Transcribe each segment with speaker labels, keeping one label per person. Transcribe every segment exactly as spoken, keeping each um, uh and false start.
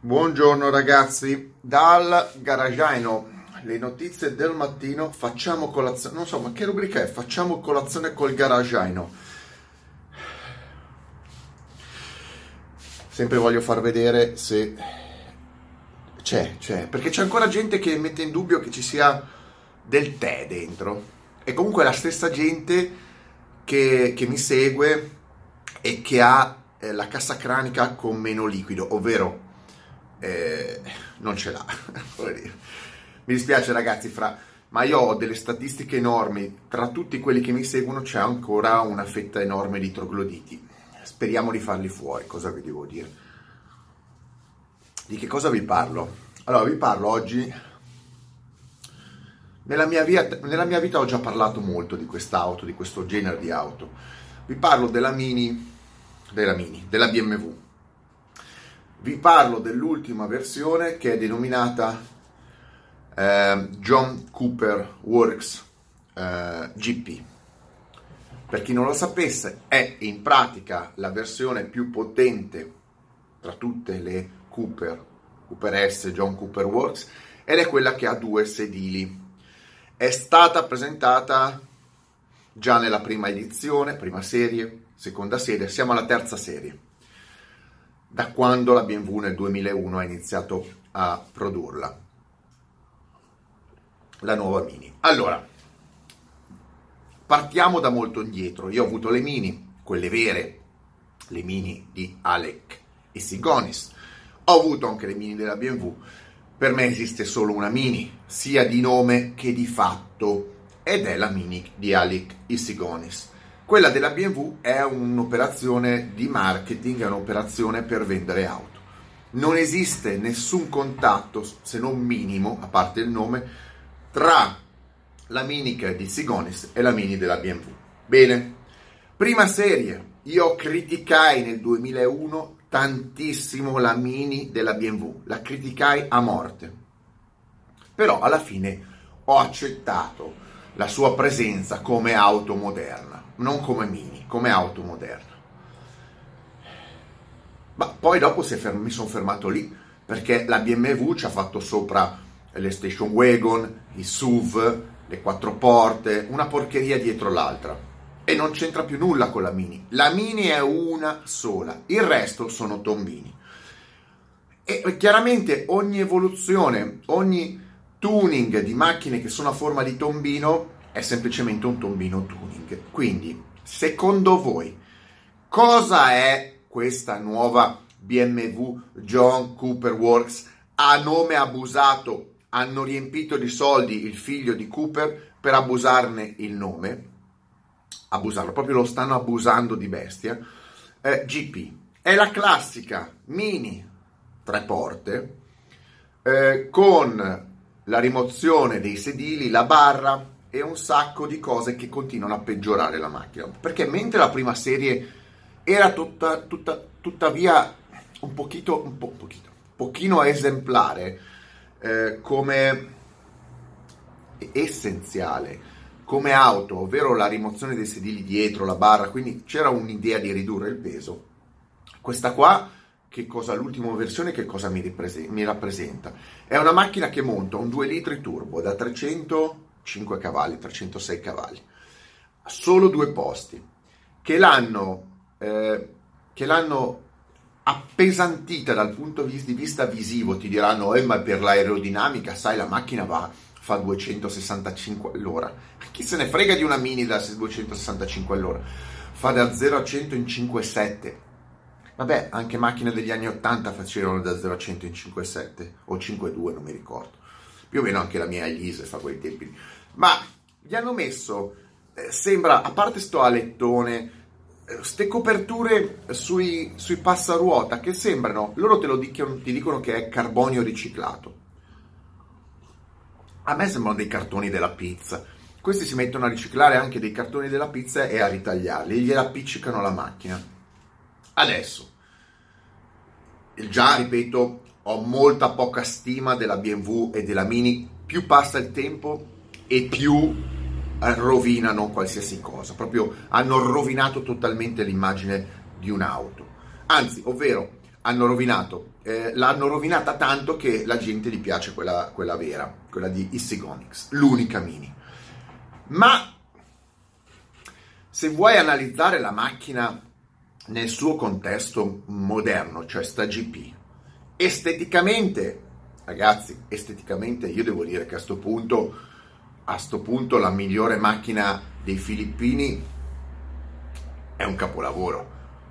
Speaker 1: Buongiorno ragazzi, dal garagiano, le notizie del mattino. Facciamo colazione, non so, ma che rubrica è? Facciamo colazione col garagiano. Sempre voglio far vedere se c'è, c'è, perché c'è ancora gente che mette in dubbio che ci sia del tè dentro. E comunque è la stessa gente che, che mi segue e che ha eh, la cassa cranica con meno liquido, ovvero Eh, non ce l'ha. Mi dispiace ragazzi, fra, ma io ho delle statistiche enormi. Tra tutti quelli che mi seguono c'è ancora una fetta enorme di trogloditi. Speriamo di farli fuori. Cosa vi devo dire? Di che cosa vi parlo? Allora, vi parlo oggi. Nella mia vita, nella mia vita ho già parlato molto di quest'auto, di questo genere di auto. Vi parlo della Mini, della Mini, della B M W. Vi parlo dell'ultima versione che è denominata eh, John Cooper Works eh, G P. Per chi non lo sapesse, è in pratica la versione più potente tra tutte le Cooper, Cooper S, John Cooper Works, ed è quella che ha due sedili. È stata presentata già nella prima edizione, prima serie, seconda serie, siamo alla terza serie, da quando la B M W nel duemilauno ha iniziato a produrla, la nuova Mini. Allora, partiamo da molto indietro. Io ho avuto le Mini, quelle vere, le Mini di Alec e Sigonis. Ho avuto anche le Mini della B M W. Per me esiste solo una Mini, sia di nome che di fatto, ed è la Mini di Alec e Sigonis. Quella della B M W è un'operazione di marketing, è un'operazione per vendere auto. Non esiste nessun contatto, se non minimo, a parte il nome, tra la Mini che è di Sigonis e la Mini della B M W. Bene, prima serie, io criticai nel duemilauno tantissimo la Mini della B M W, la criticai a morte. Però alla fine ho accettato la sua presenza come auto moderna. Non come Mini, come auto moderna. Ma poi dopo si è ferm- mi sono fermato lì, perché la B M W ci ha fatto sopra le station wagon, i S U V, le quattro porte, una porcheria dietro l'altra. E non c'entra più nulla con la Mini. La Mini è una sola, il resto sono tombini. E chiaramente ogni evoluzione, ogni tuning di macchine che sono a forma di tombino è semplicemente un tombino tuning. Quindi, secondo voi, cosa è questa nuova B M W John Cooper Works? A nome abusato, hanno riempito di soldi il figlio di Cooper per abusarne il nome, abusarlo, proprio lo stanno abusando di bestia. eh, G P è la classica Mini tre porte eh, con la rimozione dei sedili, la barra e un sacco di cose che continuano a peggiorare la macchina, perché mentre la prima serie era tutta, tutta, tuttavia un pochino, un po', pochino, pochino esemplare, eh, come essenziale, come auto, ovvero la rimozione dei sedili dietro, la barra, quindi c'era un'idea di ridurre il peso. Questa qua, che cosa, l'ultima versione, che cosa mi, riprese, mi rappresenta? È una macchina che monta un due litri turbo da trecentocinque cavalli, trecentosei cavalli, solo due posti, che l'hanno, eh, che l'hanno appesantita dal punto di vista visivo. Ti diranno, eh, ma per l'aerodinamica, sai, la macchina va, fa duecentosessantacinque all'ora. Chi se ne frega di una Mini da duecentosessantacinque all'ora? Fa da zero a cento in cinque virgola sette. Vabbè, anche macchine degli anni ottanta facevano da zero a cento in cinque virgola sette o cinque virgola due, non mi ricordo. Più o meno anche la mia Elise fa quei tempi. Ma gli hanno messo, eh, sembra, a parte sto alettone, eh, ste coperture sui, sui passaruota che sembrano, loro te lo dicono, ti dicono che è carbonio riciclato. A me sembrano dei cartoni della pizza. Questi si mettono a riciclare anche dei cartoni della pizza e a ritagliarli, e gliela appiccicano alla macchina. Adesso, già ripeto, ho molta poca stima della B M W e della Mini. Più passa il tempo e più rovinano qualsiasi cosa. Proprio hanno rovinato totalmente l'immagine di un'auto. Anzi, ovvero, hanno rovinato, eh, l'hanno rovinata tanto che la gente gli piace quella, quella vera, quella di Issigonix, l'unica Mini. Ma se vuoi analizzare la macchina nel suo contesto moderno, cioè sta G P, esteticamente, ragazzi, esteticamente io devo dire che a sto punto, a sto punto la migliore macchina dei filippini è un capolavoro.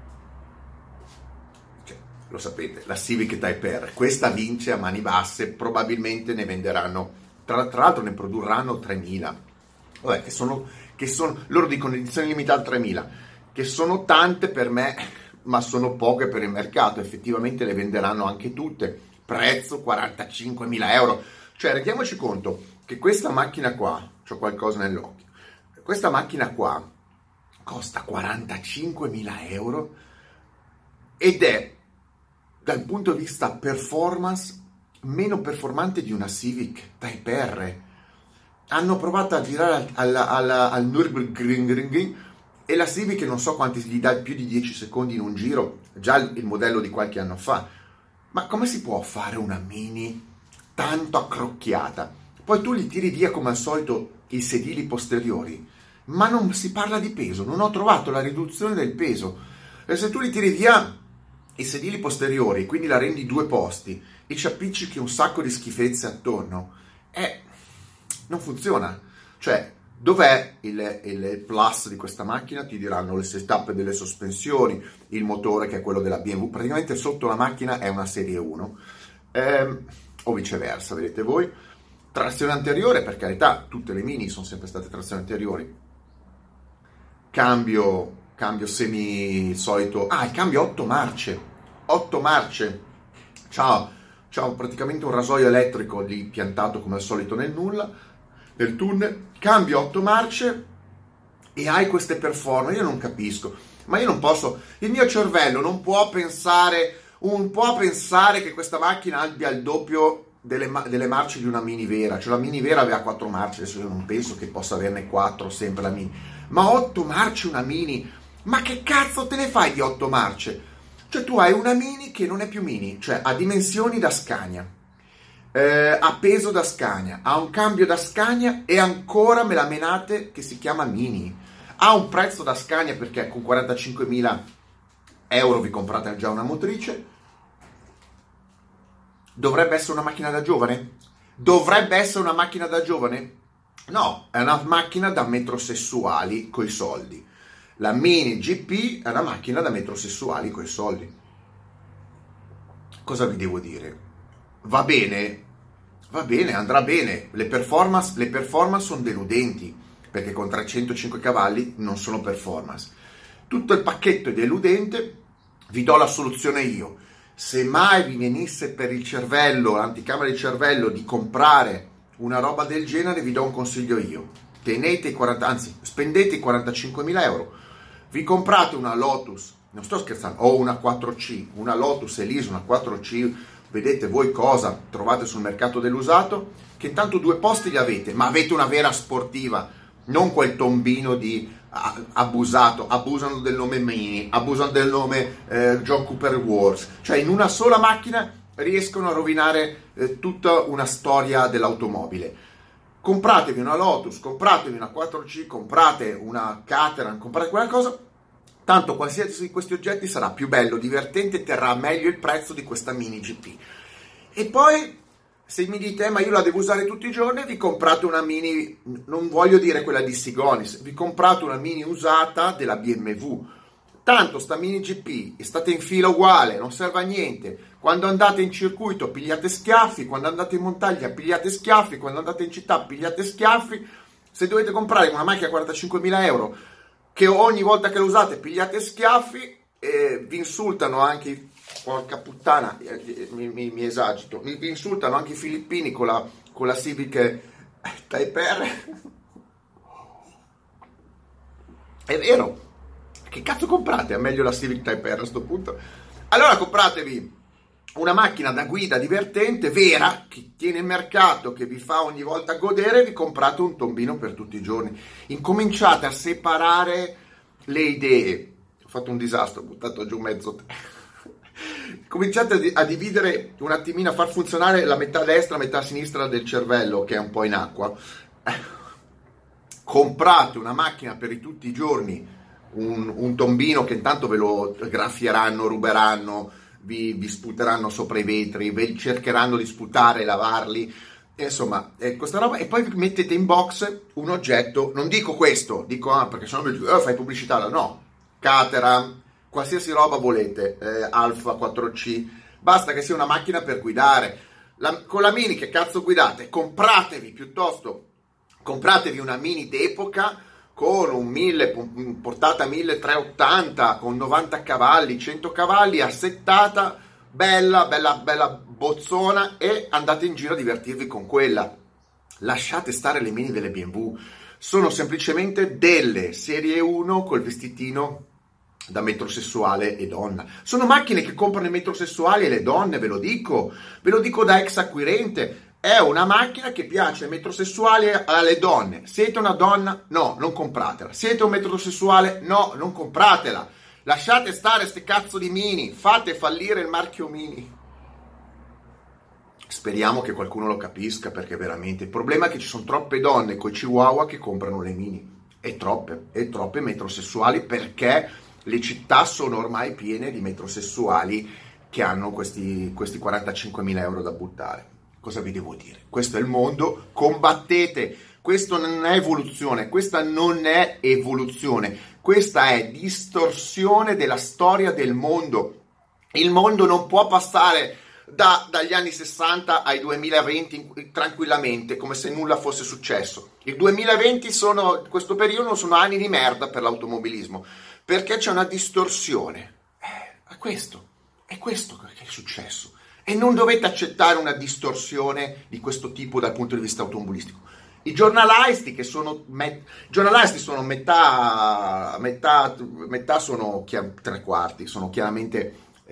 Speaker 1: Cioè, lo sapete, la Civic Type R, questa vince a mani basse, probabilmente ne venderanno, tra, tra l'altro ne produrranno tremila. Vabbè, che sono, che sono, loro dicono edizione limitata tremila, che sono tante per me, ma sono poche per il mercato. Effettivamente le venderanno anche tutte. Prezzo quarantacinquemila euro. Cioè, rendiamoci conto che questa macchina qua, c'ho qualcosa nell'occhio, questa macchina qua costa quarantacinquemila euro ed è, dal punto di vista performance, meno performante di una Civic Type R. Hanno provato a girare al, al, al, al Nürburgring e la Civic non so quanti gli dà più di dieci secondi in un giro, già il, il modello di qualche anno fa. Ma come si può fare una Mini tanto accrocchiata? Poi tu li tiri via come al solito i sedili posteriori, ma non si parla di peso, non ho trovato la riduzione del peso. E se tu li tiri via i sedili posteriori, quindi la rendi due posti, e ci appiccichi un sacco di schifezze attorno, eh, non funziona. Cioè, dov'è il, il plus di questa macchina? Ti diranno le setup delle sospensioni, il motore che è quello della B M W, praticamente sotto la macchina è una serie uno, ehm, o viceversa, vedete voi. Trazione anteriore, per carità, tutte le Mini sono sempre state trazione anteriori. Cambio, cambio semi solito, ah, il cambio otto marce, otto marce, ciao, ciao, praticamente un rasoio elettrico lì piantato come al solito nel nulla, nel tunnel, cambio otto marce e hai queste performance. Io non capisco, ma io non posso, il mio cervello non può pensare, un può pensare che questa macchina abbia il doppio delle, delle marce di una Mini vera. Cioè la Mini vera aveva quattro marce, adesso io non penso che possa averne quattro sempre la Mini, ma otto marce una Mini, ma che cazzo te ne fai di otto marce? Cioè tu hai una Mini che non è più Mini, cioè ha dimensioni da Scania, Eh, ha peso da Scania, ha un cambio da Scania e ancora me la menate che si chiama Mini. Ha un prezzo da Scania perché con quarantacinquemila euro vi comprate già una motrice. Dovrebbe essere una macchina da giovane? Dovrebbe essere una macchina da giovane? No, è una macchina da metrosessuali coi soldi. La Mini G P è una macchina da metrosessuali coi soldi. Cosa vi devo dire? Va bene, va bene, andrà bene. Le performance, le performance sono deludenti, perché con trecentocinque cavalli non sono performance. Tutto il pacchetto è deludente, vi do la soluzione io. Se mai vi venisse per il cervello, l'anticamera di cervello, di comprare una roba del genere, vi do un consiglio io. Tenete i quaranta, anzi, spendete i quarantacinquemila euro, vi comprate una Lotus, non sto scherzando, o una quattro C, una Lotus Elise, una quattro C, vedete voi cosa trovate sul mercato dell'usato, che intanto due posti li avete, ma avete una vera sportiva, non quel tombino di uh, abusato, abusano del nome Mini, abusano del nome uh, John Cooper Wars, cioè in una sola macchina riescono a rovinare uh, tutta una storia dell'automobile. Compratevi una Lotus, compratevi una quattro C, comprate una Caterham, comprate quella cosa, tanto qualsiasi di questi oggetti sarà più bello, divertente e terrà meglio il prezzo di questa Mini G P. E poi, se mi dite, ma io la devo usare tutti i giorni, vi comprate una Mini, non voglio dire quella di Sigonis, vi comprate una Mini usata della B M W. Tanto sta Mini G P, state in fila uguale, non serve a niente. Quando andate in circuito pigliate schiaffi, quando andate in montagna pigliate schiaffi, quando andate in città pigliate schiaffi. Se dovete comprare una macchina a quarantacinquemila euro, che ogni volta che lo usate pigliate schiaffi, e vi insultano anche, porca puttana, mi, mi, mi esagito, mi, vi insultano anche i filippini con la, con la Civic Type R. È vero, che cazzo comprate? È meglio la Civic Type R a sto punto. Allora compratevi una macchina da guida divertente, vera, che tiene il mercato, che vi fa ogni volta godere, vi comprate un tombino per tutti i giorni. Incominciate a separare le idee. Ho fatto un disastro, ho buttato giù mezzo te. Cominciate a, di- a dividere un attimino, a far funzionare la metà destra, la metà sinistra del cervello, che è un po' in acqua. Comprate una macchina per i tutti i giorni, un, un tombino che intanto ve lo graffieranno, ruberanno, vi, vi sputeranno sopra i vetri, vi cercheranno di sputare, lavarli, e insomma, eh, questa roba, e poi mettete in box un oggetto, non dico questo, dico ah, perché sennò mi dico, oh, fai pubblicità, no, Caterham, qualsiasi roba volete, eh, Alfa quattro C, basta che sia una macchina per guidare. La, con la Mini che cazzo guidate? Compratevi piuttosto, compratevi una Mini d'epoca con un mille, portata milletrecentottanta, con novanta cavalli, cento cavalli, assettata, bella, bella, bella bozzona, e andate in giro a divertirvi con quella. Lasciate stare le Mini delle B M W, sono semplicemente delle serie uno col vestitino da metrosessuale e donna. Sono macchine che comprano i metrosessuali e le donne, ve lo dico, ve lo dico da ex acquirente. È una macchina che piace ai metrosessuali e alle donne. Siete una donna? No, non compratela. Siete un metrosessuale? No, non compratela. Lasciate stare ste cazzo di Mini, fate fallire il marchio Mini. Speriamo che qualcuno lo capisca, perché veramente il problema è che ci sono troppe donne coi chihuahua che comprano le Mini, e troppe, e troppe metrosessuali, perché le città sono ormai piene di metrosessuali che hanno questi, questi quarantacinquemila euro da buttare. Cosa vi devo dire? Questo è il mondo, combattete, questo non è evoluzione, questa non è evoluzione, questa è distorsione della storia del mondo. Il mondo non può passare da, dagli anni sessanta ai duemilaventi tranquillamente, come se nulla fosse successo. Il duemilaventi, sono, questo periodo, sono anni di merda per l'automobilismo, perché c'è una distorsione. Eh, è questo, è questo che è successo. E non dovete accettare una distorsione di questo tipo dal punto di vista automobilistico. I giornalisti che sono, met- giornalisti sono metà, metà, metà sono chia- tre quarti, sono chiaramente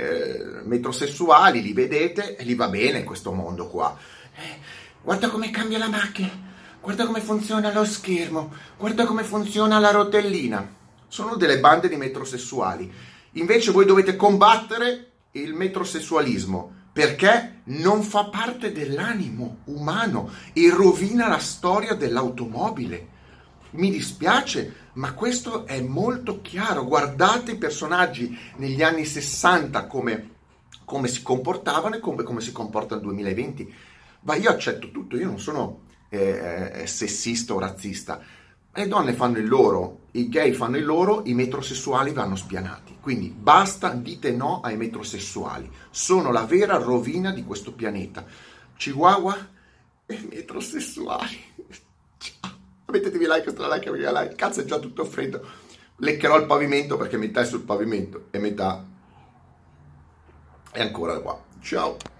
Speaker 1: eh, metrosessuali, li vedete e gli va bene in questo mondo qua. Eh, guarda come cambia la macchina, guarda come funziona lo schermo, guarda come funziona la rotellina. Sono delle bande di metrosessuali. Invece voi dovete combattere il metrosessualismo, perché non fa parte dell'animo umano e rovina la storia dell'automobile. Mi dispiace, ma questo è molto chiaro. Guardate i personaggi negli anni sessanta come, come si comportavano e come, come si comporta nel duemilaventi. Ma io accetto tutto, io non sono eh, sessista o razzista. Le donne fanno il loro, i gay fanno il loro, i metrosessuali vanno spianati. Quindi basta, dite no ai metrosessuali. Sono la vera rovina di questo pianeta. Chihuahua e metrosessuali. Ciao. Mettetevi like, stra like, like. Cazzo, è già tutto freddo. Leccherò il pavimento perché metà è sul pavimento e metà è ancora qua. Ciao.